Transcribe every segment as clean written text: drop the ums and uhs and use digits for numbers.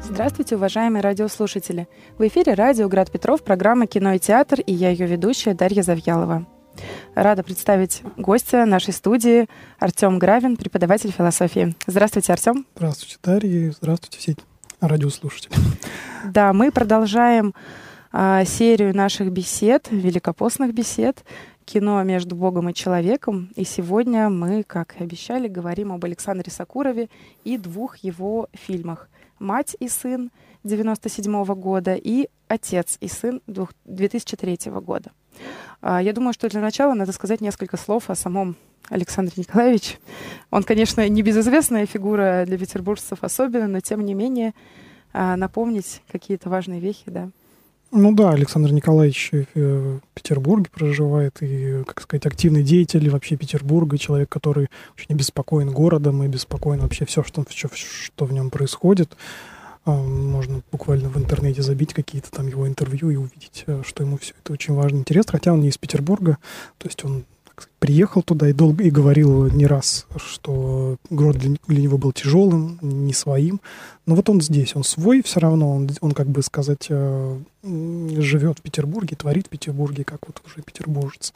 Здравствуйте, уважаемые радиослушатели! В эфире радио «Град Петров», программа «Кино и театр», и я ее ведущая Дарья Завьялова. Рада представить гостя нашей студии Артем Гравин, преподаватель философии. Здравствуйте, Артем. Здравствуйте, Дарья, и здравствуйте все радиослушатели. Да, мы продолжаем серию наших бесед, великопостных бесед, кино между Богом и человеком. И сегодня мы, как и обещали, говорим об Александре Сокурове и двух его фильмах: «Мать и сын» 1997 года и «Отец и сын» 2003 года. Я думаю, что для начала надо сказать несколько слов о самом Александре Николаевиче. Он, конечно, не безызвестная фигура для петербуржцев особенно, но тем не менее напомнить какие-то важные вехи, да. Ну да, Александр Николаевич в Петербурге проживает и, как сказать, активный деятель вообще Петербурга, человек, который очень обеспокоен городом и обеспокоен вообще все, что в нем происходит. Можно буквально в интернете забить какие-то там его интервью и увидеть, что ему все это очень важно, интересно. Хотя он не из Петербурга, то есть он, так сказать, приехал туда и долго и говорил не раз, что город для него был тяжелым, не своим. Но вот он здесь, он свой все равно, он как бы сказать, живет в Петербурге, творит в Петербурге, как вот уже петербуржец.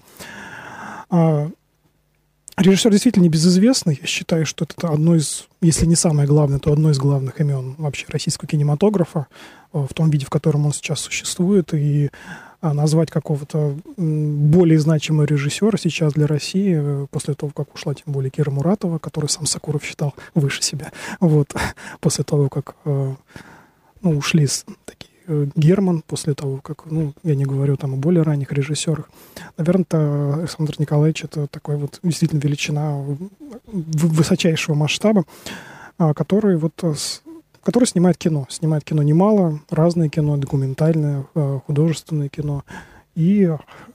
Режиссер действительно небезызвестный. Я считаю, что это одно из, если не самое главное, то одно из главных имен вообще российского кинематографа в том виде, в котором он сейчас существует. И назвать какого-то более значимого режиссера сейчас для России, после того, как ушла тем более Кира Муратова, которую сам Сокуров считал выше себя, вот, после того, как ушли такие Герман, после того, как, я не говорю там о более ранних режиссерах, наверное, Александр Николаевич — это такой вот действительно величина высочайшего масштаба, который снимает кино. Снимает кино немало, разное кино, документальное, художественное кино. И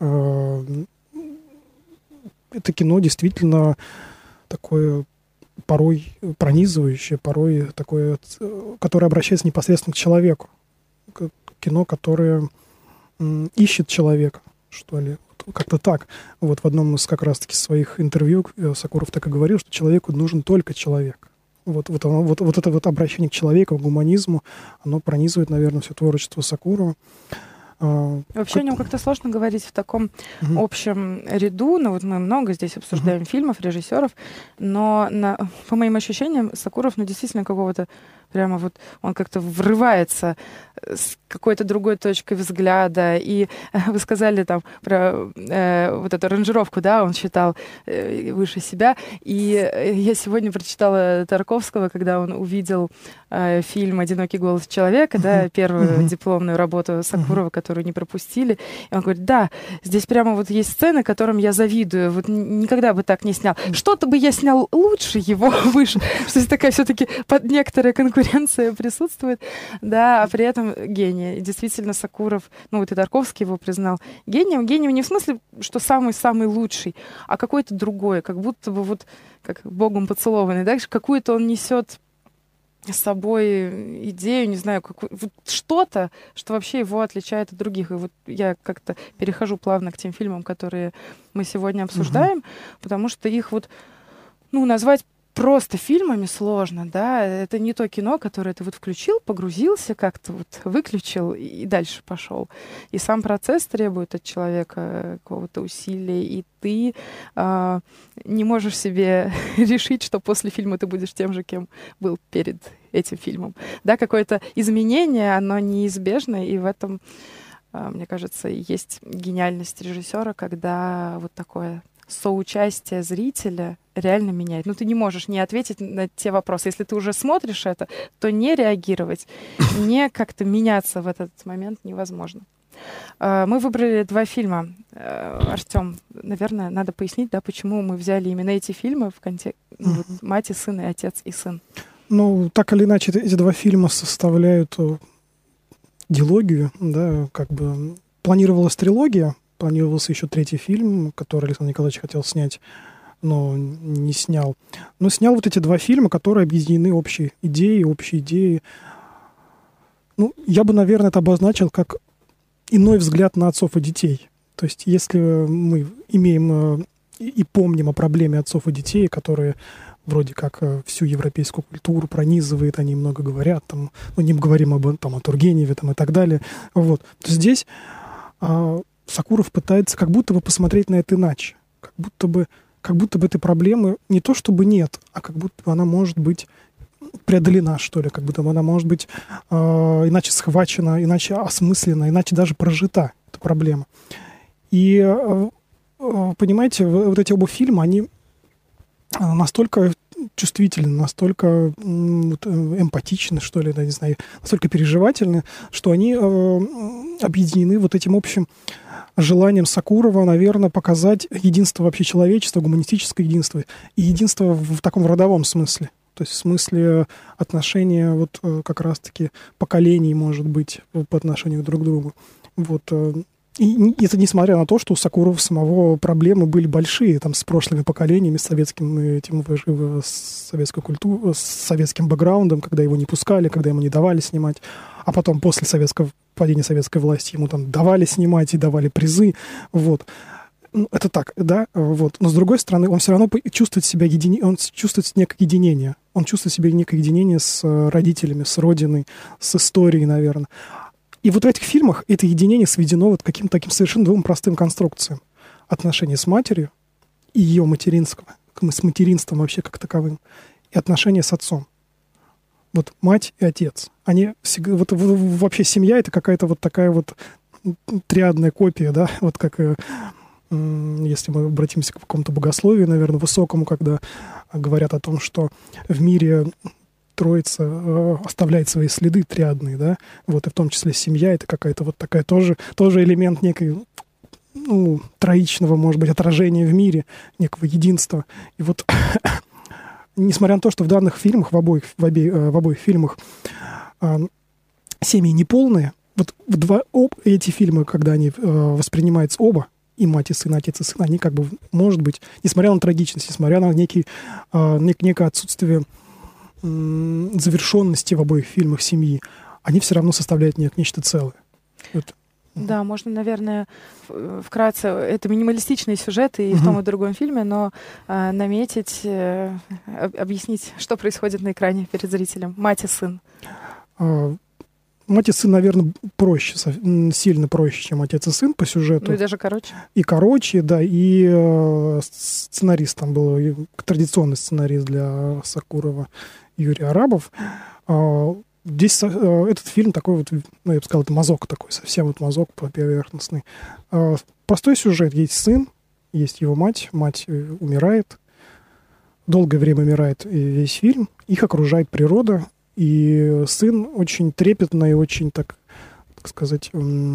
это кино действительно такое порой пронизывающее, порой такое, которое обращается непосредственно к человеку. Кино, которое ищет человека, что ли. Как-то так. Вот в одном из как раз-таки своих интервью Сокуров так и говорил, что человеку нужен только человек. Вот это вот обращение к человеку, к гуманизму, оно пронизывает, наверное, все творчество Сокурова. Вообще о нем как-то сложно говорить в таком общем ряду. Вот мы много здесь обсуждаем фильмов, режиссеров, но по моим ощущениям Сокуров, действительно какого-то прямо вот он как-то врывается с какой-то другой точкой взгляда. И вы сказали там про вот эту аранжировку, да, он считал выше себя. И я сегодня прочитала Тарковского, когда он увидел фильм «Одинокий голос человека», да, первую дипломную работу Сокурова, которую не пропустили. И он говорит: да, здесь прямо вот есть сцены, которым я завидую. Вот никогда бы так не снял. Что-то бы я снял лучше его, выше. Что здесь такая все-таки некоторая конкуренция присутствует, да, а при этом гений. Действительно, Сокуров, и Тарковский его признал гением. Гением не в смысле, что самый-самый лучший, а какой-то другой, как будто бы вот как Богом поцелованный, да, какую-то он несет с собой идею, не знаю, вот что-то, что вообще его отличает от других. И вот я как-то перехожу плавно к тем фильмам, которые мы сегодня обсуждаем, потому что их назвать просто фильмами сложно, да, это не то кино, которое ты вот включил, погрузился, как-то вот выключил и дальше пошел. И сам процесс требует от человека какого-то усилия, и ты не можешь себе решить, что после фильма ты будешь тем же, кем был перед этим фильмом. Да, какое-то изменение, оно неизбежно, и в этом, мне кажется, есть гениальность режиссера, когда вот такое соучастие зрителя реально меняет. Ты не можешь не ответить на те вопросы. Если ты уже смотришь это, то не реагировать, не как-то меняться в этот момент невозможно. Мы выбрали два фильма. Артем, наверное, надо пояснить, да, почему мы взяли именно эти фильмы в контексте «Мать и сын» и «Отец и сын». Так или иначе, эти два фильма составляют дилогию, да, как бы планировалась трилогия, планировался еще третий фильм, который Александр Николаевич хотел снять, но не снял. Но снял вот эти два фильма, которые объединены общей идеей. Я бы, наверное, это обозначил как иной взгляд на отцов и детей. То есть если мы имеем и помним о проблеме отцов и детей, которые вроде как всю европейскую культуру пронизывает, они много говорят, там, ну, не говорим о Тургеневе там, и так далее. Вот. То здесь Сокуров пытается как будто бы посмотреть на это иначе. Как будто бы этой проблемы не то чтобы нет, а как будто бы она может быть преодолена, что ли, как будто бы она может быть иначе схвачена, иначе осмыслена, иначе даже прожита, эта проблема. И, понимаете, вот эти оба фильма, они настолько чувствительны, настолько эмпатичны, что ли, я не знаю, настолько переживательны, что они объединены вот этим общим желанием Сокурова, наверное, показать единство вообще человечества, гуманистическое единство, и единство в таком родовом смысле. То есть в смысле отношения вот как раз-таки поколений, может быть, по отношению друг к другу. Вот. И это несмотря на то, что у Сокурова самого проблемы были большие там, с прошлыми поколениями, с советской культурой, с советским бэкграундом, когда его не пускали, когда ему не давали снимать. А потом после падения советской власти ему там давали снимать и давали призы. Вот. Ну, это так, да, вот. Но с другой стороны, он все равно чувствует себя он чувствует некое единение. Он чувствует себя некое единение с родителями, с родиной, с историей, наверное. И вот в этих фильмах это единение сведено вот каким-то таким совершенно двум простым конструкциям. Отношения с матерью и ее материнского, с материнством вообще как таковым, и отношения с отцом. Вот мать и отец. Они вот вообще семья — это какая-то вот такая вот триадная копия, да, вот как если мы обратимся к какому-то богословию, наверное, высокому, когда говорят о том, что в мире Троица оставляет свои следы триадные, да, вот, и в том числе семья — это какая-то вот такая тоже элемент некой, ну, троичного, может быть, отражения в мире, некого единства. И вот, несмотря на то, что в данных фильмах, в обоих фильмах семьи неполные, вот эти фильмы, когда они воспринимаются оба, и мать, и сын, отец, и сын, они как бы, может быть, несмотря на трагичность, несмотря на некое отсутствие завершенности в обоих фильмах семьи, они все равно составляют нечто целое. Вот. Да, можно, наверное, вкратце, это минималистичные сюжеты и в том и другом фильме, но наметить, объяснить, что происходит на экране перед зрителем. Мать и сын. Мать и сын, наверное, проще, сильно проще, чем отец и сын по сюжету. Ну и даже короче. И короче, да, и сценарист там был, традиционный сценарист для Сокурова Юрий Арабов. Здесь этот фильм такой вот, ну, я бы сказал, это мазок такой, совсем вот мазок поверхностный. Простой сюжет. Есть сын, есть его мать. Мать умирает. Долгое время умирает весь фильм. Их окружает природа. И сын очень трепетно и очень, так сказать,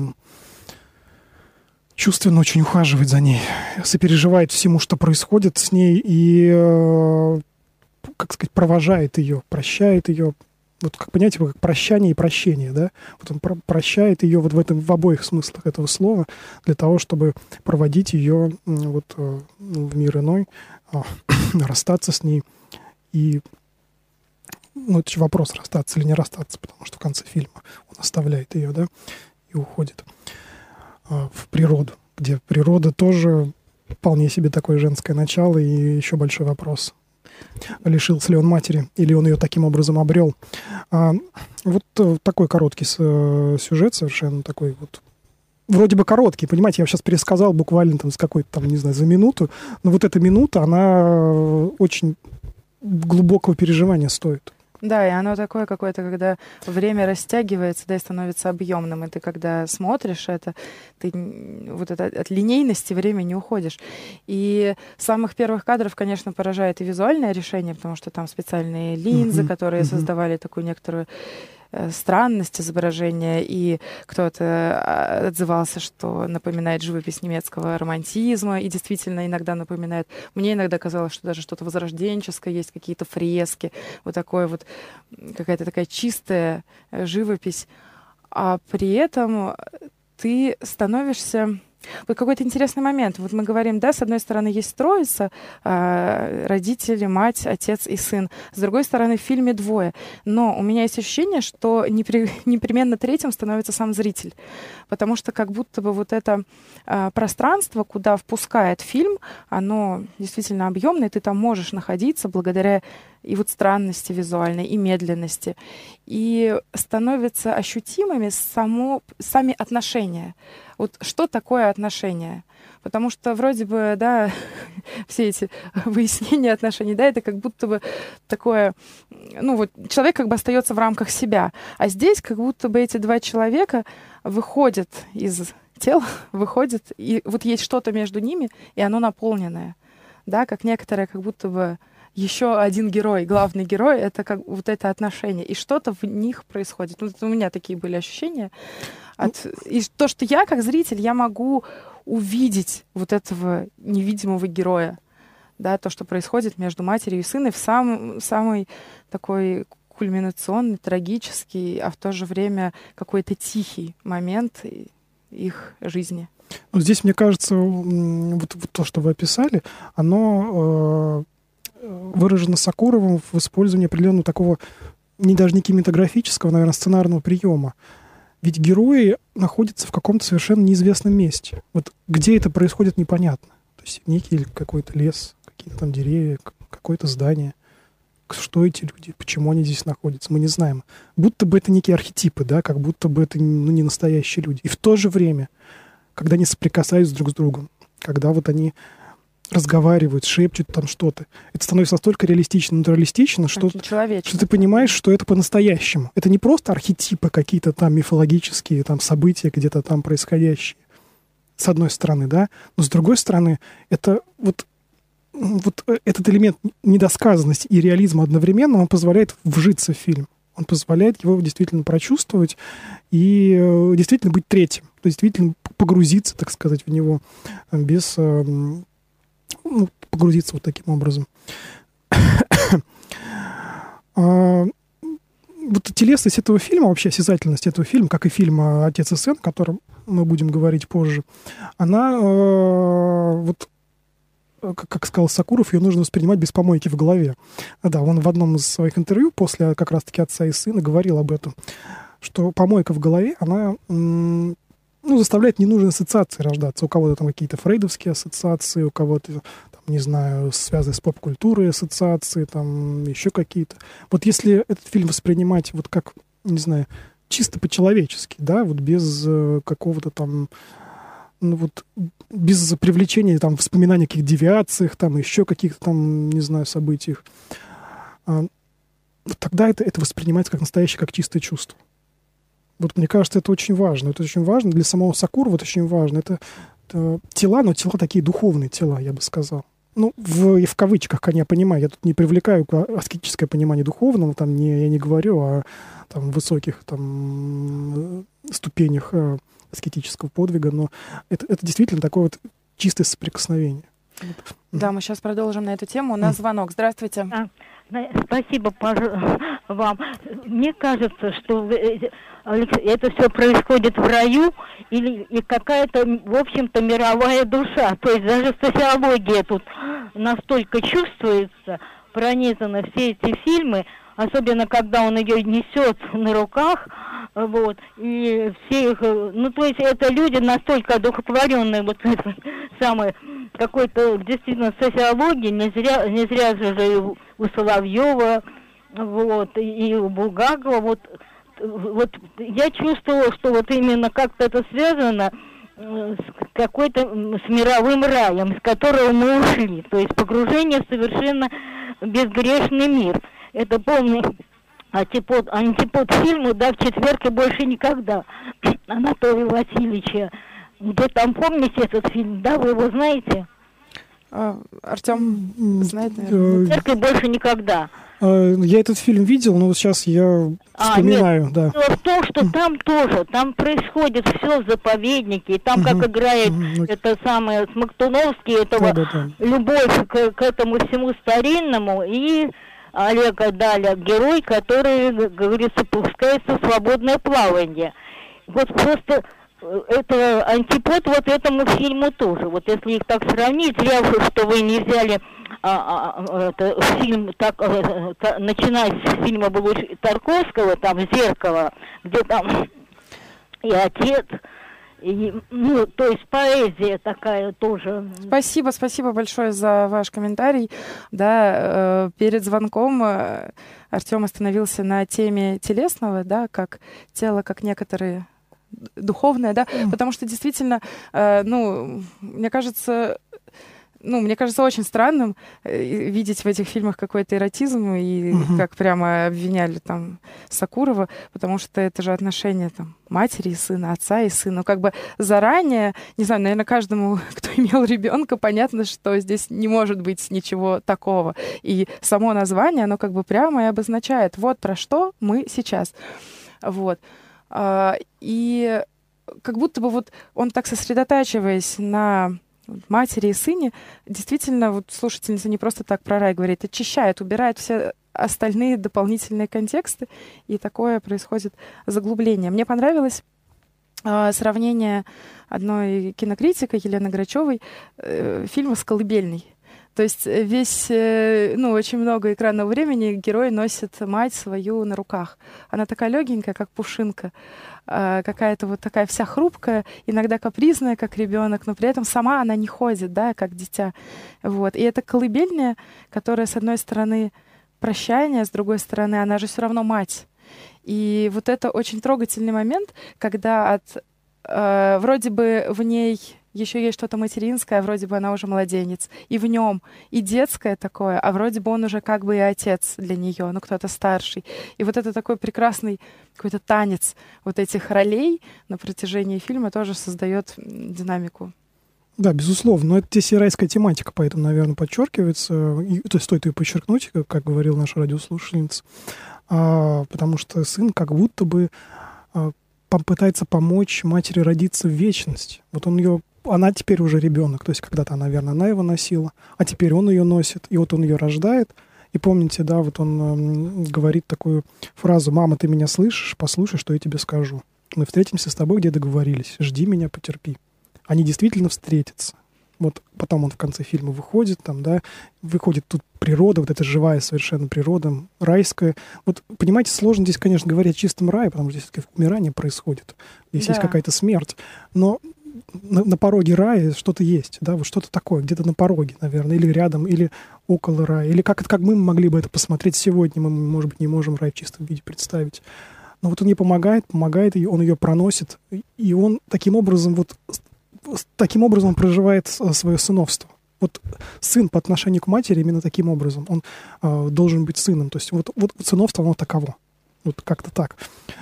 чувственно очень ухаживает за ней. Сопереживает всему, что происходит с ней. И, как сказать, провожает ее, прощает ее. Вот, как понимаете, как прощание и прощение, да? Вот он прощает ее вот в обоих смыслах этого слова для того, чтобы проводить ее вот, в мир иной, расстаться с ней. И, ну, это же вопрос, расстаться или не расстаться, потому что в конце фильма он оставляет ее, да, и уходит в природу, где природа тоже вполне себе такое женское начало, и еще большой вопрос. Лишился ли он матери, или он ее таким образом обрел. Вот такой короткий сюжет, совершенно такой вот, вроде бы короткий, понимаете, я сейчас пересказал буквально там с какой-то там, не знаю, за минуту, но вот эта минута, она очень глубокого переживания стоит. Да, и оно такое какое-то, когда время растягивается, да, и становится объемным, и ты когда смотришь это, ты вот это, от линейности время не уходишь. И с самых первых кадров, конечно, поражает и визуальное решение, потому что там специальные линзы, которые создавали такую некоторую странность изображения, и кто-то отзывался, что напоминает живопись немецкого романтизма, и действительно иногда напоминает. Мне иногда казалось, что даже что-то возрожденческое, есть какие-то фрески, вот такое вот, какая-то такая чистая живопись. А при этом ты становишься Вот какой-то интересный момент. Вот мы говорим, да, с одной стороны есть троица, родители, мать, отец и сын. С другой стороны, в фильме двое. Но у меня есть ощущение, что непременно третьим становится сам зритель. Потому что как будто бы вот это пространство, куда впускает фильм, оно действительно объемное, ты там можешь находиться благодаря и вот странности визуальной, и медленности. И становятся ощутимыми сами отношения. Вот что такое отношения? Потому что вроде бы, да, все эти выяснения отношений, да, это как будто бы такое, ну вот человек как бы остается в рамках себя. А здесь как будто бы эти два человека выходят из тела, выходят, и вот есть что-то между ними, и оно наполненное. Да, как некоторые как будто бы еще один герой, главный герой, это как вот это отношение. И что-то в них происходит. Ну, у меня такие были ощущения. И то, что я, как зритель, я могу увидеть вот этого невидимого героя. Да, то, что происходит между матерью и сыном в самый такой кульминационный, трагический, а в то же время какой-то тихий момент их жизни. Вот здесь, мне кажется, вот то, что вы описали, оно выражено Сокуровым в использовании определенного такого, даже не кинематографического, наверное, сценарного приема. Ведь герои находятся в каком-то совершенно неизвестном месте. Вот где это происходит, непонятно. То есть некий какой-то лес, какие-то там деревья, какое-то здание. Что эти люди, почему они здесь находятся, мы не знаем. Будто бы это некие архетипы, да, как будто бы это не настоящие люди. И в то же время, когда они соприкасаются друг с другом, когда вот они разговаривают, шепчут там что-то, это становится настолько реалистично, натуралистично, что ты понимаешь, что это по-настоящему. Это не просто архетипы какие-то там мифологические там события, где-то там происходящие, с одной стороны, да, но с другой стороны, это вот этот элемент недосказанности и реализма одновременно, он позволяет вжиться в фильм. Он позволяет его действительно прочувствовать и действительно быть третьим. То есть действительно погрузиться, так сказать, в него без... погрузиться вот таким образом. Вот телесность этого фильма, вообще осязательность этого фильма, как и фильма «Отец и сын», о котором мы будем говорить позже, она, вот, как сказал Сокуров, ее нужно воспринимать без помойки в голове. Да, он в одном из своих интервью после как раз-таки «Отца и сына» говорил об этом, что помойка в голове, она... заставляет ненужные ассоциации рождаться. У кого-то там какие-то фрейдовские ассоциации, у кого-то, там, не знаю, связанные с поп-культурой ассоциации, там еще какие-то. Вот если этот фильм воспринимать вот как, не знаю, чисто по-человечески, да, вот без какого-то там, без привлечения там вспоминаний о каких-то девиациях, там еще каких-то там, не знаю, событиях, тогда это воспринимается как настоящее, как чистое чувство. Вот мне кажется, это очень важно. Это очень важно для самого Сокурова, это очень важно. Это тела, но тела такие духовные тела, я бы сказал. В кавычках, конечно, я понимаю, я тут не привлекаю аскетическое понимание духовного, там я не говорю о там, высоких там, ступенях аскетического подвига, но это действительно такое вот чистое соприкосновение. Да, мы сейчас продолжим на эту тему. У нас звонок. Здравствуйте. Спасибо вам. Мне кажется, что это все происходит в раю и какая-то, в общем-то, мировая душа. То есть даже социология тут настолько чувствуется, пронизаны все эти фильмы, особенно когда он ее несет на руках, вот, и все их, то есть это люди настолько одухотворенные, вот это самое, какой-то действительно социологии, не зря же у Соловьева, вот, и у Булгакова, вот я чувствовала, что вот именно как-то это связано с с мировым раем, с которого мы ушли, то есть погружение в совершенно безгрешный мир. Это полный антипод фильму, да, «В четверг и больше никогда» Анатолия Васильевича. Вы там помните этот фильм, да, вы его знаете? Артем знает, наверное. «В четверг и больше никогда». Я этот фильм видел, но вот сейчас я вспоминаю, нет. Да. Дело в том, что там тоже, там происходит все в заповеднике, и там как играет это самое Смоктуновский, любовь к этому всему старинному, и Олега Даля, герой, который, говорится, пускается в свободное плавание. Вот просто это антипод вот этому фильму тоже. Вот если их так сравнить, зря, что вы не взяли фильм, так, начиная с фильма Тарковского, там «Зеркало», где там и отец, и, ну, то есть поэзия такая тоже. Спасибо большое за ваш комментарий. Да, перед звонком Артем остановился на теме телесного, да, как тело, как некоторые духовное, да, потому что действительно, мне кажется, очень странным видеть в этих фильмах какой-то эротизм и как прямо обвиняли там Сакурова, потому что это же отношения там матери и сына, отца и сына. Ну, как бы заранее, не знаю, наверное, каждому, кто имел ребенка, понятно, что здесь не может быть ничего такого. И само название, оно как бы прямо и обозначает, вот про что мы сейчас. Вот. И как будто бы вот он так сосредотачиваясь на матери и сыне, действительно, вот слушательница не просто так про рай говорит, очищает, убирает все остальные дополнительные контексты, и такое происходит заглубление. Мне понравилось сравнение одной кинокритикой Елены Грачевой фильма с «Колыбельной». То есть очень много экранного времени герой носит мать свою на руках. Она такая легенькая, как пушинка, какая-то вот такая вся хрупкая, иногда капризная, как ребенок, но при этом сама она не ходит, да, как дитя. Вот. И это колыбельная, которая, с одной стороны, прощание, с другой стороны, она же все равно мать. И вот это очень трогательный момент, когда вроде бы в ней еще есть что-то материнское, а вроде бы она уже младенец. И в нем и детское такое, а вроде бы он уже как бы и отец для нее, ну кто-то старший. И вот это такой прекрасный какой-то танец вот этих ролей на протяжении фильма тоже создает динамику. Да, безусловно, но это здесь и райская тематика, поэтому, наверное, подчеркивается, то есть стоит ее подчеркнуть, как говорил наш радиослушательница, потому что сын как будто бы пытается помочь матери родиться в вечность. Вот она теперь уже ребенок, то есть когда-то, наверное, она его носила, а теперь он ее носит, и вот он ее рождает. И помните, да, вот он говорит такую фразу: «Мама, ты меня слышишь? Послушай, что я тебе скажу. Мы встретимся с тобой, где договорились. Жди меня, потерпи». Они действительно встретятся. Вот потом он в конце фильма выходит, там, да, выходит тут природа, вот эта живая совершенно природа, райская. Вот, понимаете, сложно здесь, конечно, говорить о чистом рае, потому что здесь умирание происходит, здесь есть какая-то смерть. Но на пороге рая что-то есть, да, вот что-то такое, где-то на пороге, наверное, или рядом, или около рая, или как мы могли бы это посмотреть сегодня, мы, может быть, не можем рай в чистом виде представить. Но вот он ей помогает ее, он ее проносит, и он таким образом проживает свое сыновство. Вот сын по отношению к матери именно таким образом, он должен быть сыном, то есть вот сыновство, оно таково, вот как-то так.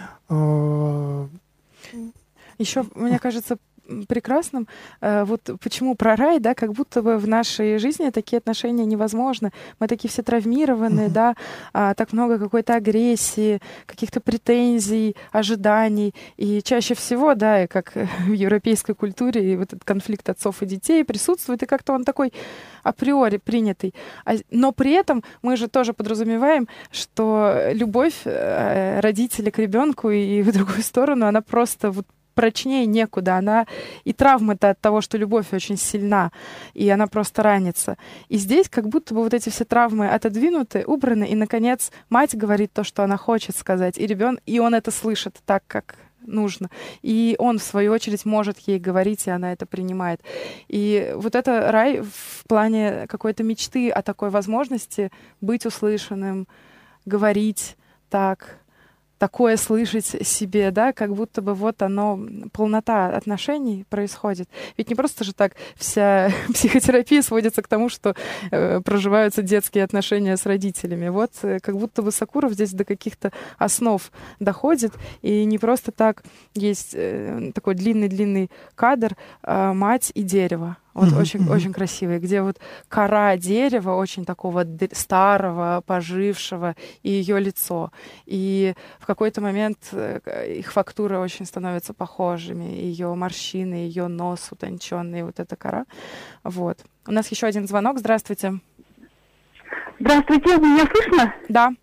Еще, мне кажется, прекрасным, вот почему про рай, да, как будто бы в нашей жизни такие отношения невозможны. Мы такие все травмированные, да, так много какой-то агрессии, каких-то претензий, ожиданий. И чаще всего, да, и как в европейской культуре, и вот этот конфликт отцов и детей присутствует, и как-то он такой априори принятый. Но при этом мы же тоже подразумеваем, что любовь родителей к ребенку и в другую сторону, она просто вот прочнее некуда. Она и травма-то от того, что любовь очень сильна, и она просто ранится. И здесь как будто бы вот эти все травмы отодвинуты, убраны, и, наконец, мать говорит то, что она хочет сказать, и он это слышит так, как нужно. И он, в свою очередь, может ей говорить, и она это принимает. И вот это рай в плане какой-то мечты о такой возможности быть услышанным, говорить так, такое слышать себе, да, как будто бы вот оно, полнота отношений происходит. Ведь не просто же так вся психотерапия сводится к тому, что проживаются детские отношения с родителями. Вот как будто бы Сакуров здесь до каких-то основ доходит, и не просто так есть такой длинный-длинный кадр «Мать и дерево». Вот очень красивый, где вот кора дерева очень такого старого, пожившего, и ее лицо. И в какой-то момент их фактуры очень становятся похожими, ее морщины, ее нос утонченный, вот эта кора. Вот. У нас еще один звонок. Здравствуйте. Здравствуйте, меня слышно? Да.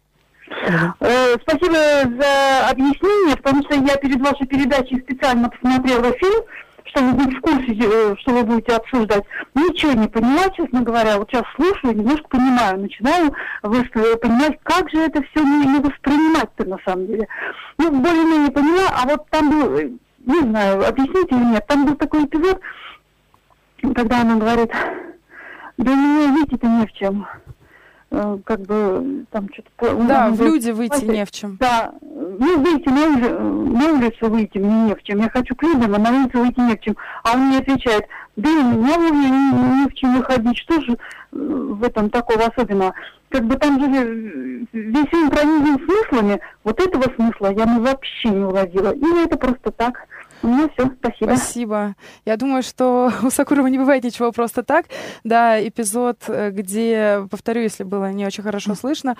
Спасибо за объяснение, потому что я перед вашей передачей специально посмотрела фильм, чтобы быть в курсе, что вы будете обсуждать. Ничего не понимаю, честно говоря. Вот сейчас слушаю, немножко понимаю, начинаю понимать, как же это все не воспринимать-то на самом деле. Ну, более-менее поняла, а вот там был, не знаю, объясните или нет, там был такой эпизод, когда она говорит, да мне выйти-то не в чем. Как бы там что-то... Да, в люди выйти не в чем. Да, ну выйти на улицу выйти мне не в чем. Я хочу к людям, а на улицу выйти не в чем. А он мне отвечает, да и меня не в чем выходить. Что же в этом такого особенного? Как бы там же весь фильм пронизан смыслами. Вот этого смысла я вообще не уловила. Или это просто так. Ну, все, спасибо. Спасибо. Я думаю, что у Сакурова не бывает ничего просто так. Да, эпизод, где, повторю, если было не очень хорошо слышно,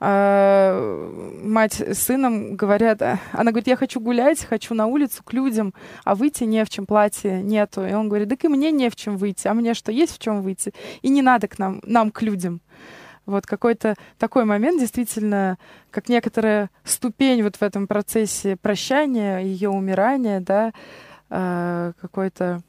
мать с сыном говорят, она говорит, я хочу гулять, хочу на улицу к людям, а выйти не в чем, платья нету. И он говорит, так и мне не в чем выйти, а мне что, есть в чем выйти? И не надо к нам к людям. Вот какой-то такой момент, действительно, как некоторая ступень вот в этом процессе прощания, ее умирания, да, какой-то...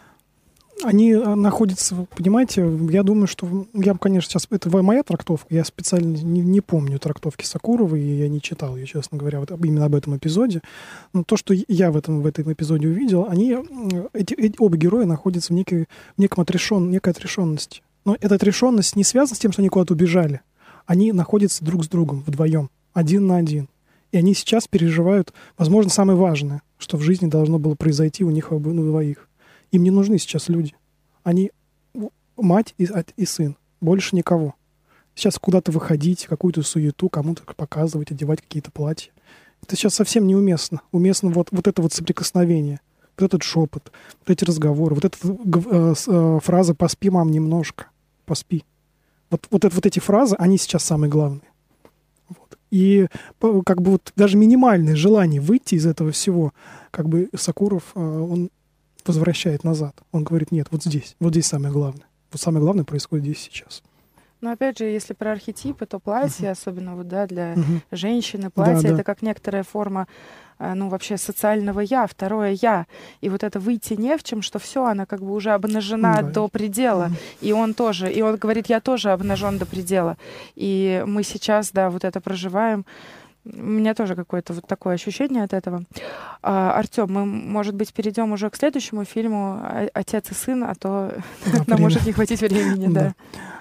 Они находятся, понимаете, я думаю, что... Я, конечно, сейчас... Это моя трактовка, я специально не помню трактовки Сакуровой, и я не читал ее, честно говоря, вот именно об этом эпизоде. Но то, что я в этом эпизоде увидел, эти оба героя находятся в некой отрешенности. Но эта отрешенность не связана с тем, что они куда-то убежали. Они находятся друг с другом вдвоем, один на один. И они сейчас переживают, возможно, самое важное, что в жизни должно было произойти у них двоих. Им не нужны сейчас люди. Они мать и сын. Больше никого. Сейчас куда-то выходить, какую-то суету, кому-то показывать, одевать какие-то платья. Это сейчас совсем неуместно. Уместно вот это вот соприкосновение. Вот этот шепот, вот эти разговоры, вот эта фраза «поспи, мам, немножко, поспи». Вот эти фразы, они сейчас самые главные. Вот. И как бы вот даже минимальное желание выйти из этого всего, как бы Сакуров, он возвращает назад. Он говорит, нет, вот здесь самое главное. Вот самое главное происходит здесь сейчас. Но опять же, если про архетипы, то платье, особенно вот, да, для женщины, платье это как некоторая форма, ну, вообще социального я, второе я. И вот это выйти не в чем, что все, она как бы уже обнажена до предела. И он тоже. И он говорит, я тоже обнажен до предела. И мы сейчас, да, вот это проживаем. У меня тоже какое-то вот такое ощущение от этого. Артём, мы, может быть, перейдем уже к следующему фильму «Отец и сын», а то нам может не хватить времени, да.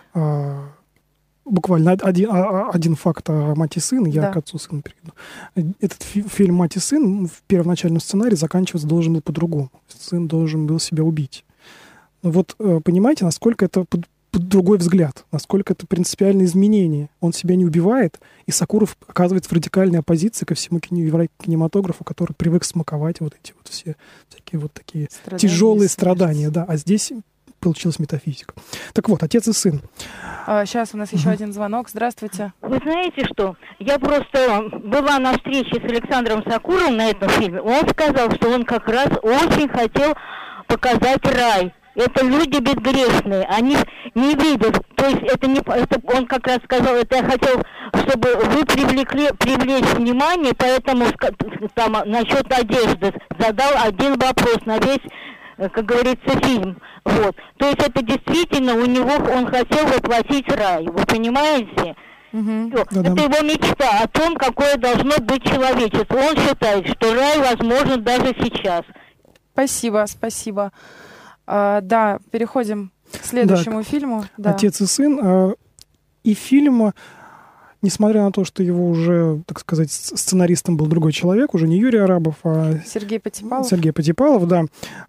Буквально один факт о «Мать и сын», я к «Отцу и сыну» перейду. Этот фильм «Мать и сын» в первоначальном сценарии заканчиваться должен был по-другому. Сын должен был себя убить. Но вот понимаете, насколько это под другой взгляд, насколько это принципиальное изменение. Он себя не убивает, и Сакуров оказывается в радикальной оппозиции ко всему кинематографу, который привык смаковать вот эти вот все всякие вот такие тяжелые страдания. Да. А здесь получилась метафизика. Так вот, «Отец и сын». Сейчас у нас еще один звонок. Здравствуйте. Вы знаете что? Я просто была на встрече с Александром Сакуровым на этом фильме. Он сказал, что он как раз очень хотел показать рай. Это люди безгрешные, они не видят. То есть это он как раз сказал, это я хотел, чтобы вы привлечь внимание, поэтому там насчет одежды задал один вопрос на весь, как говорится, фильм. Вот. То есть это действительно у него, он хотел воплотить рай, вы понимаете? Это его мечта о том, какое должно быть человечество. Он считает, что рай возможен даже сейчас. Спасибо. Да, переходим к следующему фильму. Да. «Отец и сын». И фильм, несмотря на то, что его уже, так сказать, сценаристом был другой человек, уже не Юрий Арабов, а Сергей Потипалов, да.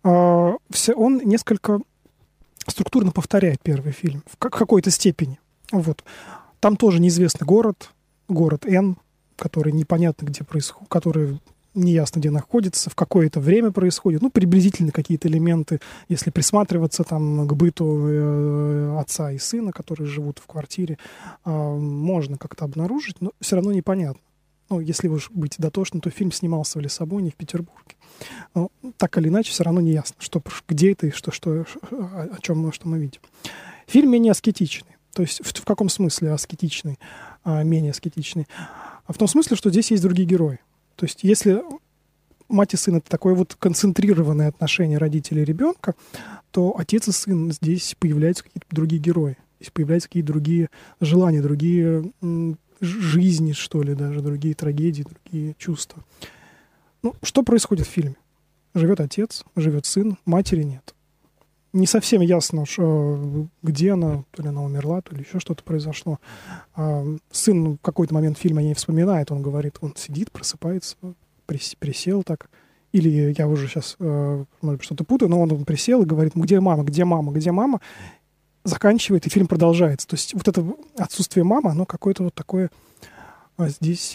Он несколько структурно повторяет первый фильм в какой-то степени. Вот. Там тоже неизвестный город Н, который непонятно где происходит, который неясно где находится, в какое-то время происходит. Ну, приблизительно какие-то элементы, если присматриваться там к быту отца и сына, которые живут в квартире, можно как-то обнаружить, но все равно непонятно. Ну, если уж быть дотошным, то фильм снимался в Лиссабоне и в Петербурге. Но так или иначе, все равно не ясно, где это и о чем мы видим. Фильм менее аскетичный. То есть в каком смысле аскетичный, менее аскетичный? А в том смысле, что здесь есть другие герои. То есть если мать и сын — это такое вот концентрированное отношение родителей и ребенка, то отец и сын — здесь появляются какие-то другие герои. Здесь появляются какие-то другие желания, другие жизни, что ли, даже другие трагедии, другие чувства. Ну, что происходит в фильме? Живет отец, живет сын, матери нет. Не совсем ясно, где она, то ли она умерла, то ли еще что-то произошло. Сын в какой-то момент фильма не вспоминает, он говорит, он сидит, просыпается, присел так. Или я уже сейчас, может быть, что-то путаю, но он присел и говорит, где мама, где мама, где мама? Заканчивает, и фильм продолжается. То есть вот это отсутствие мамы, оно какое-то вот такое здесь...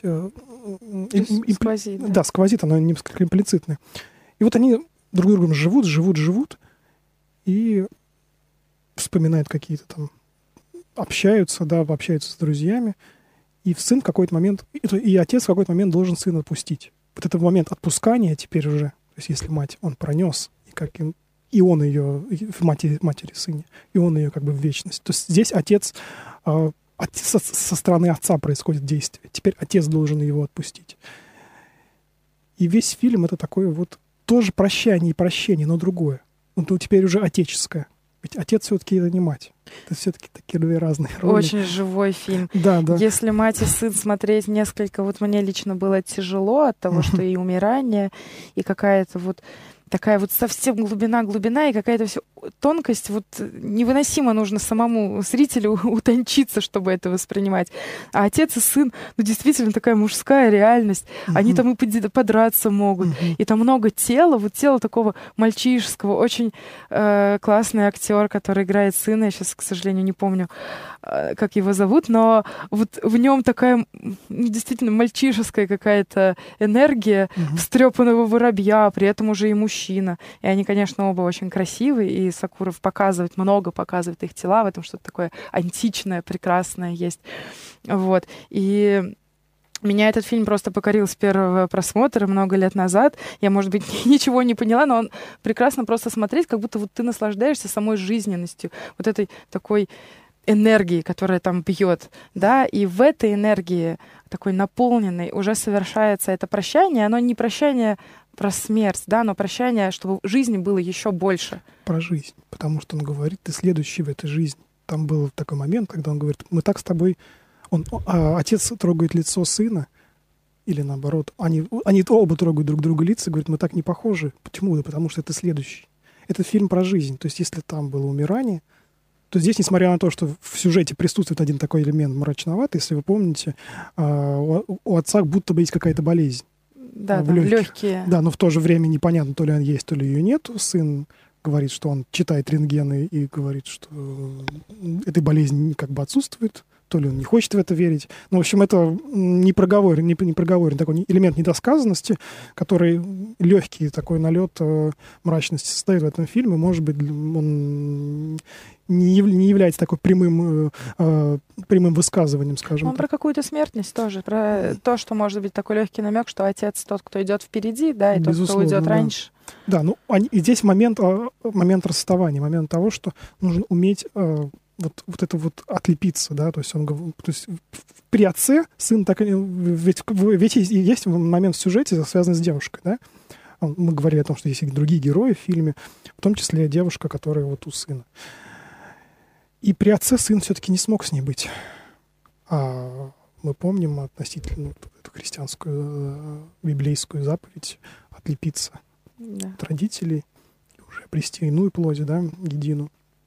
сквозит. Да, сквозит, оно несколько имплицитное. И вот они друг с другом живут, и вспоминают какие-то там... Общаются с друзьями. И сын в какой-то момент... И отец в какой-то момент должен сына отпустить. Вот этот момент отпускания теперь уже... То есть если мать, он пронес, и он ее, в матери сыне, и он ее как бы в вечность. То есть здесь отец со стороны отца происходит действие. Теперь отец должен его отпустить. И весь фильм — это такое вот тоже прощание и прощение, но другое. Ну, теперь уже отеческое. Ведь отец все-таки это не мать. Это все-таки такие две разные роли. Очень живой фильм. Да. Если мать и сын смотреть несколько... Вот мне лично было тяжело от того, что и умирание, и какая-то вот такая вот совсем глубина, и какая-то все тонкость, вот невыносимо нужно самому зрителю утончиться, чтобы это воспринимать. А отец и сын, ну, действительно такая мужская реальность. Они там и подраться могут. И там много тела, вот тела такого мальчишеского. Очень классный актер, который играет сына. Я сейчас, к сожалению, не помню, как его зовут, но вот в нем такая действительно мальчишеская какая-то энергия встрепанного воробья, при этом уже и мужчина. И они, конечно, оба очень красивые, и Сакуров много показывает их тела, в этом что-то такое античное, прекрасное есть. Вот. И меня этот фильм просто покорил с первого просмотра много лет назад. Я, может быть, ничего не поняла, но он прекрасно просто смотреть, как будто вот ты наслаждаешься самой жизненностью, вот этой такой энергии, которая там бьет, да, и в этой энергии такой наполненной уже совершается это прощание. Оно не прощание про смерть, да, но прощание, чтобы жизни было еще больше. Про жизнь, потому что он говорит, ты следующий в этой жизни. Там был такой момент, когда он говорит, мы так с тобой... Отец трогает лицо сына, или наоборот, они оба трогают друг друга лица, говорят, мы так не похожи. Почему? Да потому что это следующий. Это фильм про жизнь. То есть если там было умирание, то здесь, несмотря на то, что в сюжете присутствует один такой элемент мрачноватый, если вы помните, у отца будто бы есть какая-то болезнь. Да, легкие. Да, но в то же время непонятно, то ли она есть, то ли ее нет. Сын говорит, что он читает рентгены и говорит, что этой болезни как бы отсутствует, то ли он не хочет в это верить. Ну, в общем, это не проговорен такой элемент недосказанности, который легкий такой налет мрачности создает в этом фильме. Может быть, он не является такой прямым высказыванием, скажем так. Он про какую-то смертность тоже, про то, что может быть такой легкий намек, что отец тот, кто идет впереди, да, и безусловно, тот, кто уйдет раньше. Да, ну и здесь момент расставания, момент того, что нужно уметь вот это вот отлепиться, да, то есть при отце сын так, ведь есть момент в сюжете, связанный с девушкой, да. Мы говорили о том, что есть и другие герои в фильме, в том числе девушка, которая вот у сына. И при отце сын все-таки не смог с ней быть. А мы помним относительно эту христианскую библейскую заповедь отлепиться от родителей и уже обрести иную плоть, да, единую.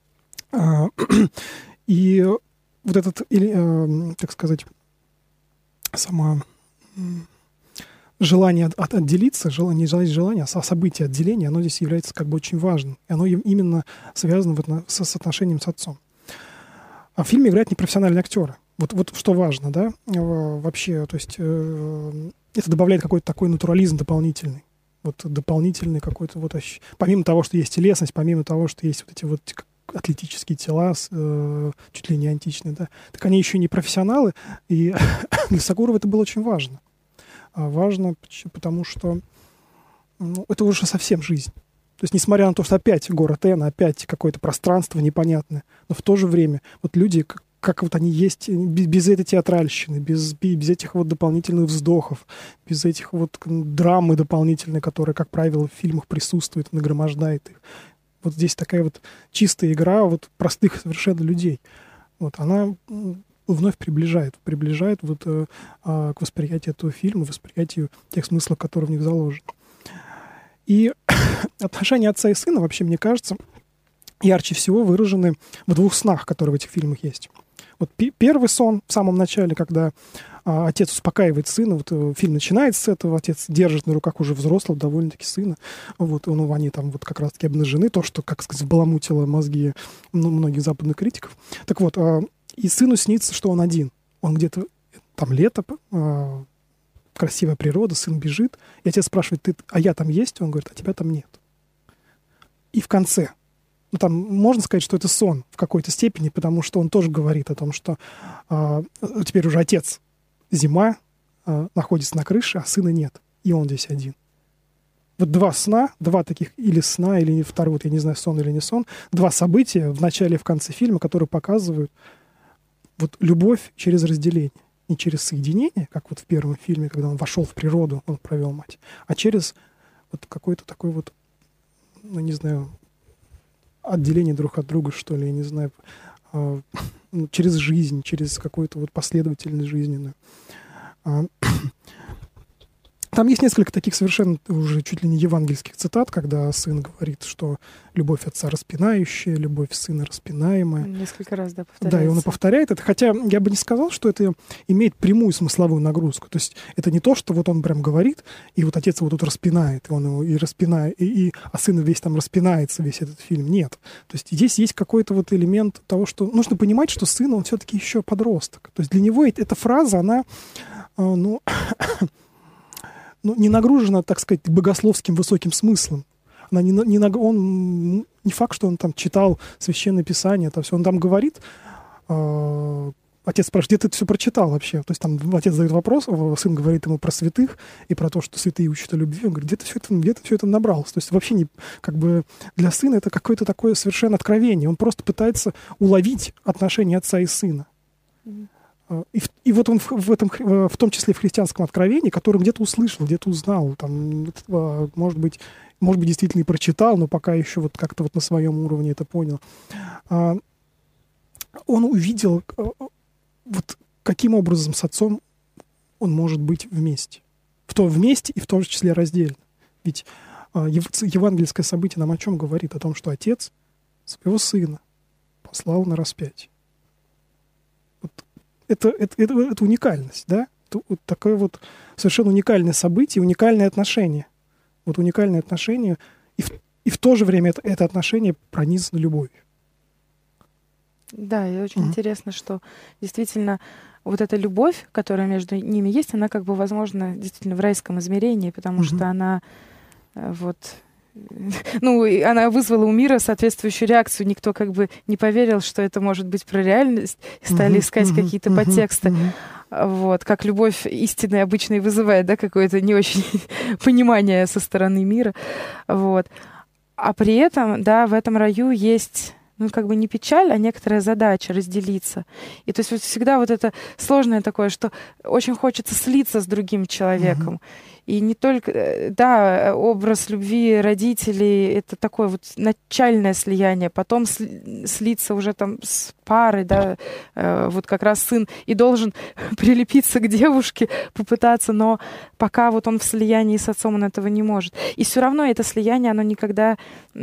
И вот этот, так сказать, само желание отделиться, желание, а событие отделения, оно здесь является как бы очень важным. И оно именно связано с отношением с отцом. А в фильме играют непрофессиональные актеры. Вот что важно, да, вообще, то есть это добавляет какой-то такой натурализм дополнительный. Вот дополнительный какой-то вот... Помимо того, что есть телесность, помимо того, что есть вот эти вот атлетические тела, чуть ли не античные, да, так они еще и не профессионалы, и для Сакурова это было очень важно. Важно, потому что это уже совсем жизнь. То есть, несмотря на то, что опять город Н, опять какое-то пространство непонятное, но в то же время вот люди, как вот они есть без этой театральщины, без этих вот дополнительных вздохов, без этих вот драмы дополнительной, которая, как правило, в фильмах присутствует, нагромождает их. Вот здесь такая вот чистая игра вот простых совершенно людей. Вот она вновь приближает вот к восприятию этого фильма, восприятию тех смыслов, которые в них заложены. И отношения отца и сына, вообще, мне кажется, ярче всего выражены в двух снах, которые в этих фильмах есть. Вот первый сон в самом начале, когда отец успокаивает сына, вот фильм начинается с этого, отец держит на руках уже взрослого, довольно-таки сына, вот, они там вот как раз-таки обнажены, то, что, как сказать, баламутило мозги многих западных критиков. Так вот, и сыну снится, что он один. Он где-то, там лето, красивая природа, сын бежит, и отец спрашивает, а я там есть? Он говорит, а тебя там нет. И в конце, там можно сказать, что это сон в какой-то степени, потому что он тоже говорит о том, что теперь уже отец, зима, находится на крыше, а сына нет, и он здесь один. Вот два сна, два таких или сна, или второй, вот я не знаю, сон или не сон, два события в начале и в конце фильма, которые показывают вот любовь через разделение. Не через соединение, как вот в первом фильме, когда он вошел в природу, он провел мать, а через вот какой-то такой вот, ну, не знаю, отделение друг от друга, что ли, я не знаю, через жизнь, через какую-то вот последовательность жизненную. Там есть несколько таких совершенно уже чуть ли не евангельских цитат, когда сын говорит, что любовь отца распинающая, любовь сына распинаемая. Несколько раз, да, повторяется. Да, и он и повторяет это, хотя я бы не сказал, что это имеет прямую смысловую нагрузку. То есть это не то, что вот он прям говорит, и вот отец его тут распинает, и он его и распинает, а сын весь там распинается, весь этот фильм. Нет. То есть здесь есть какой-то вот элемент того, что нужно понимать, что сын, он все-таки еще подросток. То есть для него эта фраза, она, не нагружена, так сказать, богословским высоким смыслом. Он не факт, что он там читал Священное Писание, это все. Он там говорит, отец спрашивает, где ты это все прочитал вообще? То есть там отец задает вопрос, сын говорит ему про святых и про то, что святые учат о любви. Он говорит, где ты все это набрался? То есть вообще не, как бы для сына это какое-то такое совершенно откровение. Он просто пытается уловить отношения отца и сына. И вот он в том числе в христианском откровении, который где-то услышал, где-то узнал, там, может быть, действительно и прочитал, но пока еще вот как-то вот на своем уровне это понял. Он увидел, вот каким образом с отцом он может быть вместе. Вместе и в том числе раздельно. Ведь евангельское событие нам о чем говорит? О том, что отец своего сына послал на распятие. Это уникальность, да? Это вот такое вот совершенно уникальное событие, уникальное отношение. Вот уникальное отношение, и в то же время это отношение пронизано любовью. Да, и очень интересно, что действительно вот эта любовь, которая между ними есть, она как бы возможна действительно в райском измерении, потому что она вот... она вызвала у мира соответствующую реакцию. Никто как бы не поверил, что это может быть про реальность, и стали искать какие-то подтексты. Вот, как любовь истинная обычно и вызывает, да, какое-то не очень понимание со стороны мира. Вот. А при этом, да, в этом раю есть... как бы не печаль, а некоторая задача разделиться. И то есть вот всегда вот это сложное такое, что очень хочется слиться с другим человеком. И не только, да, образ любви родителей — это такое вот начальное слияние, потом слиться уже там с парой, да, вот как раз сын и должен прилепиться к девушке, попытаться, но пока вот он в слиянии с отцом, он этого не может. И все равно это слияние, оно никогда,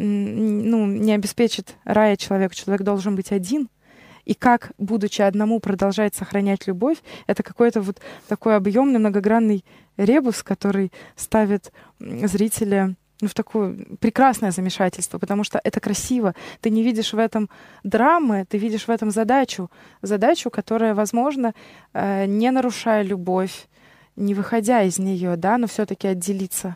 не обеспечит рая человеку. Человек должен быть один. И как, будучи одному, продолжать сохранять любовь, это какой-то вот такой объемный, многогранный ребус, который ставит зрителя в такое прекрасное замешательство, потому что это красиво. Ты не видишь в этом драмы, ты видишь в этом задачу, которая, возможно, не нарушая любовь, не выходя из нее, да, но все-таки отделиться.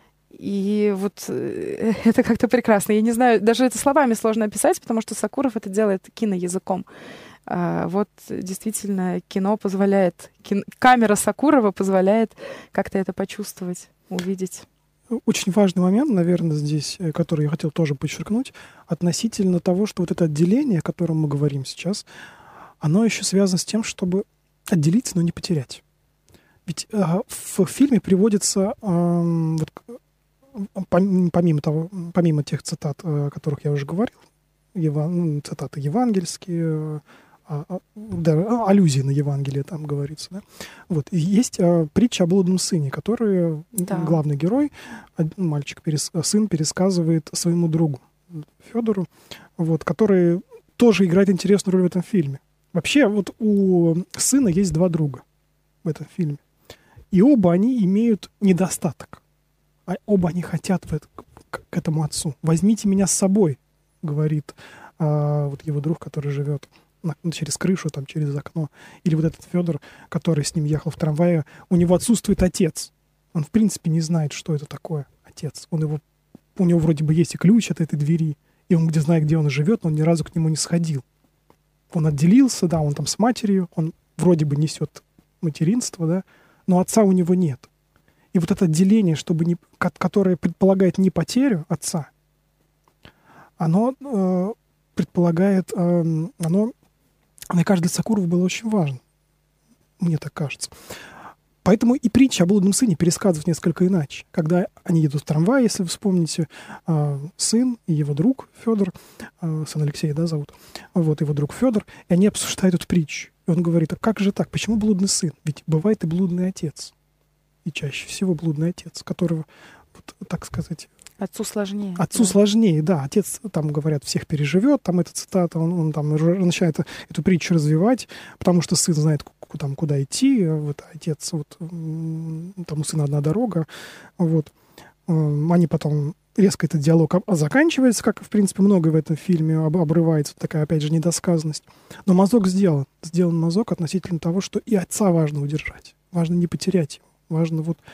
И вот это как-то прекрасно. Я не знаю, даже это словами сложно описать, потому что Сокуров это делает киноязыком. Вот действительно кино позволяет, камера Сокурова позволяет как-то это почувствовать, увидеть. Очень важный момент, наверное, здесь, который я хотел тоже подчеркнуть, относительно того, что вот это отделение, о котором мы говорим сейчас, оно еще связано с тем, чтобы отделиться, но не потерять. Ведь в фильме приводится, помимо тех цитат, о которых я уже говорил, цитаты евангельские, аллюзии на Евангелие там говорится. Да? Вот. И есть притча о блудном сыне, которую главный герой, сын пересказывает своему другу Федору, вот, который тоже играет интересную роль в этом фильме. Вообще, вот у сына есть два друга в этом фильме. И оба они имеют недостаток. Оба они хотят к этому отцу. «Возьмите меня с собой», говорит вот его друг, который живет через крышу, там, через окно. Или вот этот Федор, который с ним ехал в трамвае, у него отсутствует отец. Он, в принципе, не знает, что это такое отец. У него вроде бы есть и ключ от этой двери, и он знает, где он живет, но он ни разу к нему не сходил. Он отделился, да, он там с матерью, он вроде бы несет материнство, да, но отца у него нет. И вот это отделение, которое предполагает не потерю отца, оно предполагает, мне кажется, для Сакурова было очень важно. Мне так кажется. Поэтому и притча о блудном сыне пересказывают несколько иначе. Когда они едут в трамвае, если вы вспомните, сын и его друг Федор, сын Алексея, да, зовут, вот его друг Федор, и они обсуждают эту притчу. И он говорит: а как же так? Почему блудный сын? Ведь бывает и блудный отец. И чаще всего блудный отец, которого, вот, так сказать... Отцу сложнее. Отцу сложнее, да. Отец, там, говорят, всех переживет, там эта цитата, он там начинает эту притчу развивать, потому что сын знает, куда идти, вот, отец, вот, там у сына одна дорога, вот. Они потом резко этот диалог заканчивается, как, в принципе, многое в этом фильме обрывается, такая, опять же, недосказанность. Но мазок сделан мазок относительно того, что и отца важно удержать, важно не потерять его, важно вот...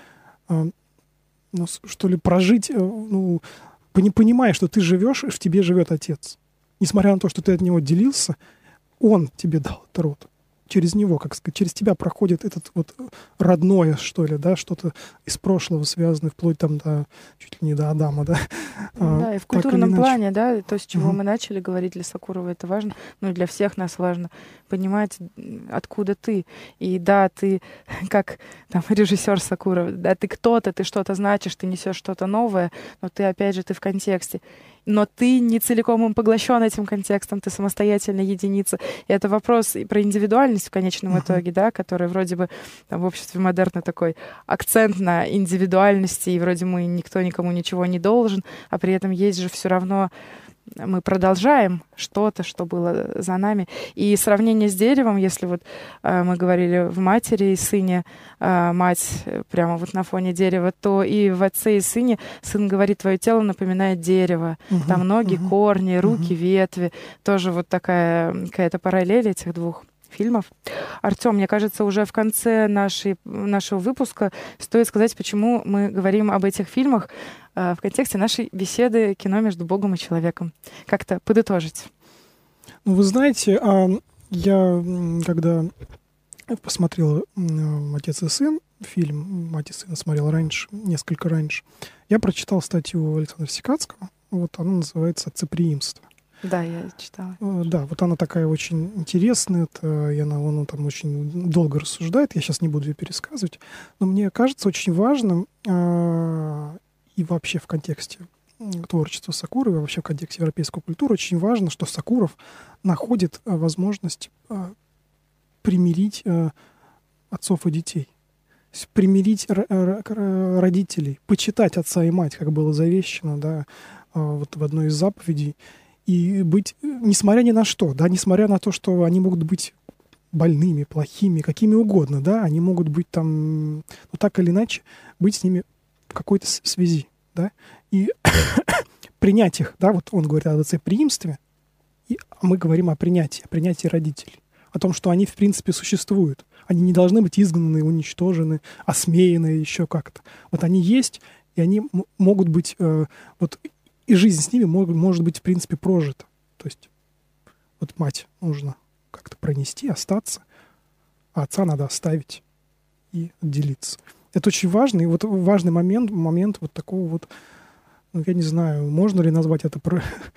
что ли, прожить, понимая, что ты живешь, и в тебе живет отец. Несмотря на то, что ты от него отделился, он тебе дал этот род. Через него, как сказать, через тебя проходит этот вот родное, что ли, да, что-то из прошлого связанное, вплоть там до, чуть ли не до Адама, да. Да, и в культурном плане, да, то, с чего мы начали говорить, для Сакурова это важно, ну и для всех нас важно понимать, откуда ты. И да, ты, как там режиссер Сакуров, да, ты кто-то, ты что-то значишь, ты несешь что-то новое, но ты, опять же, ты в контексте. Но ты не целиком им поглощен этим контекстом, ты самостоятельная единица. И это вопрос и про индивидуальность в конечном итоге, да, который вроде бы там, в обществе модерна такой акцент на индивидуальности, и вроде мы никто никому ничего не должен, а при этом есть же все равно мы продолжаем что-то, что было за нами. И сравнение с деревом, если вот мы говорили в матери и сыне, мать прямо вот на фоне дерева, то и в отце и сыне сын говорит: твое тело напоминает дерево. Там ноги, корни, руки, ветви. Тоже вот такая какая-то параллель этих двух фильмов. Артём, мне кажется, уже в конце нашего выпуска стоит сказать, почему мы говорим об этих фильмах в контексте нашей беседы «Кино между Богом и человеком». Как-то подытожить. Ну, вы знаете, я когда посмотрел «Отец и сын», фильм «Мать и сына» смотрел несколько раньше, я прочитал статью Александра Сикацкого, вот она называется «Отцеприимство». Да, я читала. Да, вот она такая очень интересная, и он там очень долго рассуждает, я сейчас не буду ее пересказывать, но мне кажется очень важным и вообще в контексте творчества Сакурова, вообще в контексте европейской культуры очень важно, что Сакуров находит возможность примирить отцов и детей, примирить родителей, почитать отца и мать, как было завещано, да, вот в одной из заповедей, и быть, несмотря ни на что, да, несмотря на то, что они могут быть больными, плохими, какими угодно, да, они могут быть там, ну, так или иначе, быть с ними в какой-то связи, да, и принять их, да, вот он говорит о отцеприимстве, а мы говорим о принятии родителей, о том, что они, в принципе, существуют. Они не должны быть изгнаны, уничтожены, осмеяны еще как-то. Вот они есть, и они могут быть, вот, и жизнь с ними может быть, в принципе, прожита. То есть вот мать нужно как-то пронести, остаться, а отца надо оставить и отделиться. Это очень важно, и вот важный момент вот такого вот, ну, я не знаю, можно ли назвать это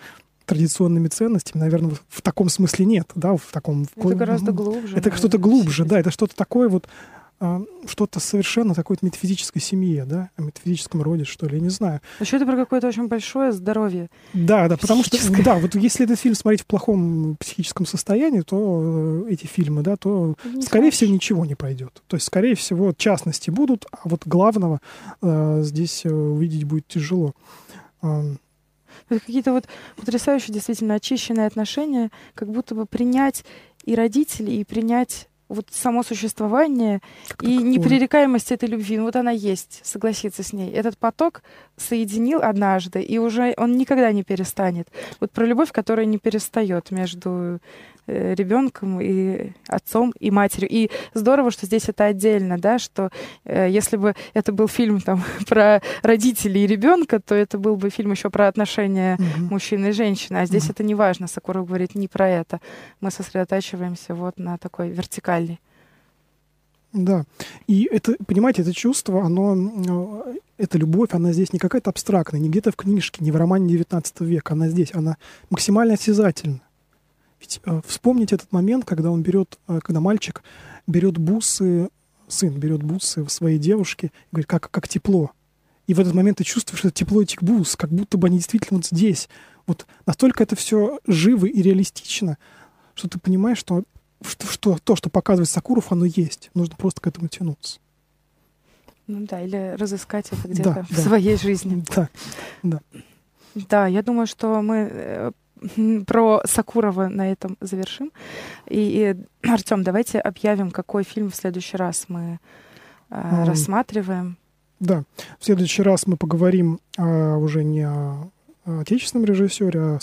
традиционными ценностями, наверное, в таком смысле нет, да, в таком... Это гораздо глубже. Это что-то глубже, да, это что-то такое вот, что-то совершенно такой метафизической семье, да, о метафизическом роде, что ли, я не знаю. Еще это про какое-то очень большое здоровье. Да, потому что, да, вот если этот фильм смотреть в плохом психическом состоянии, то эти фильмы, да, то, скорее всего, ничего не пойдет. То есть, скорее всего, частности будут, а вот главного здесь увидеть будет тяжело. Это какие-то вот потрясающие, действительно, очищенные отношения, как будто бы принять и родителей, и принять вот само существование и непререкаемость этой любви. Ну, вот она есть, согласиться с ней. Этот поток соединил однажды, и уже он никогда не перестанет. Вот про любовь, которая не перестает между ребенком и отцом и матерью. И здорово, что здесь это отдельно, да, что если бы это был фильм там про родителей и ребенка, то это был бы фильм еще про отношения мужчины и женщины. А здесь это не важно. Сакуров говорит не про это. Мы сосредотачиваемся вот на такой вертикальной. Да. И это, понимаете, это чувство, оно, эта любовь, она здесь не какая-то абстрактная, не где-то в книжке, не в романе 19 века. Она здесь, она максимально осязательна. Ведь вспомните этот момент, когда он берет, когда мальчик берет бусы, сын берет бусы в своей девушке и говорит, как тепло. И в этот момент ты чувствуешь это тепло этих бус, как будто бы они действительно вот здесь. Вот настолько это все живо и реалистично, что ты понимаешь, что то, что показывает Сакуров, оно есть. Нужно просто к этому тянуться. Ну да, или разыскать это где-то в своей жизни. Да. Да, я думаю, что мы про Сакурова на этом завершим. И Артём, давайте объявим, какой фильм в следующий раз мы рассматриваем. Да, в следующий раз мы поговорим уже не о отечественном режиссере, а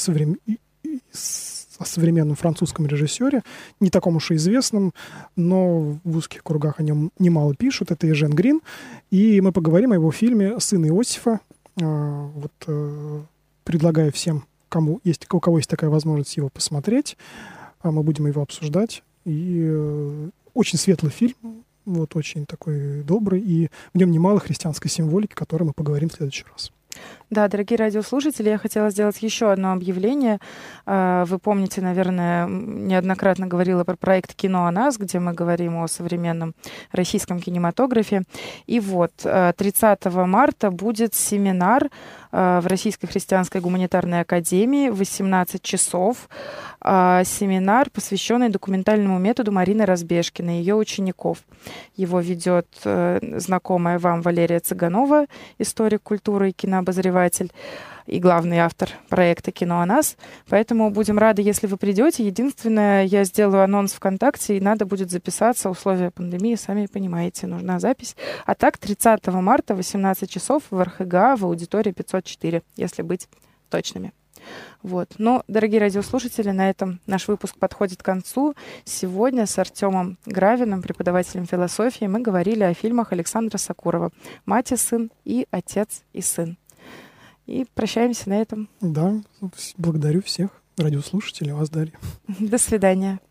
о современном французском режиссере, не таком уж и известном, но в узких кругах о нем немало пишут. Это Эжен Грин. И мы поговорим о его фильме «Сын Иосифа». Предлагаю всем, у кого есть такая возможность его посмотреть. Мы будем его обсуждать. И очень светлый фильм, вот очень такой добрый, и в нем немало христианской символики, о которой мы поговорим в следующий раз. Да, дорогие радиослушатели, я хотела сделать еще одно объявление. Вы помните, наверное, неоднократно говорила про проект «Кино о нас», где мы говорим о современном российском кинематографе. И вот 30 марта будет семинар в Российской христианской гуманитарной академии в 18 часов. Семинар, посвященный документальному методу Марины Разбежкиной и ее учеников. Его ведет знакомая вам Валерия Цыганова, историк культуры и кинообозреватель, и главный автор проекта «Кино о нас». Поэтому будем рады, если вы придете. Единственное, я сделаю анонс ВКонтакте, и надо будет записаться. Условия пандемии, сами понимаете, нужна запись. А так, 30 марта, 18 часов в РХГА в аудитории 504, если быть точными. Вот. Но, дорогие радиослушатели, на этом наш выпуск подходит к концу. Сегодня с Артемом Гравиным, преподавателем философии, мы говорили о фильмах Александра Сакурова «Мать и сын» и «Отец и сын». И прощаемся на этом. Да, благодарю всех радиослушателей, вас, Дарья. До свидания.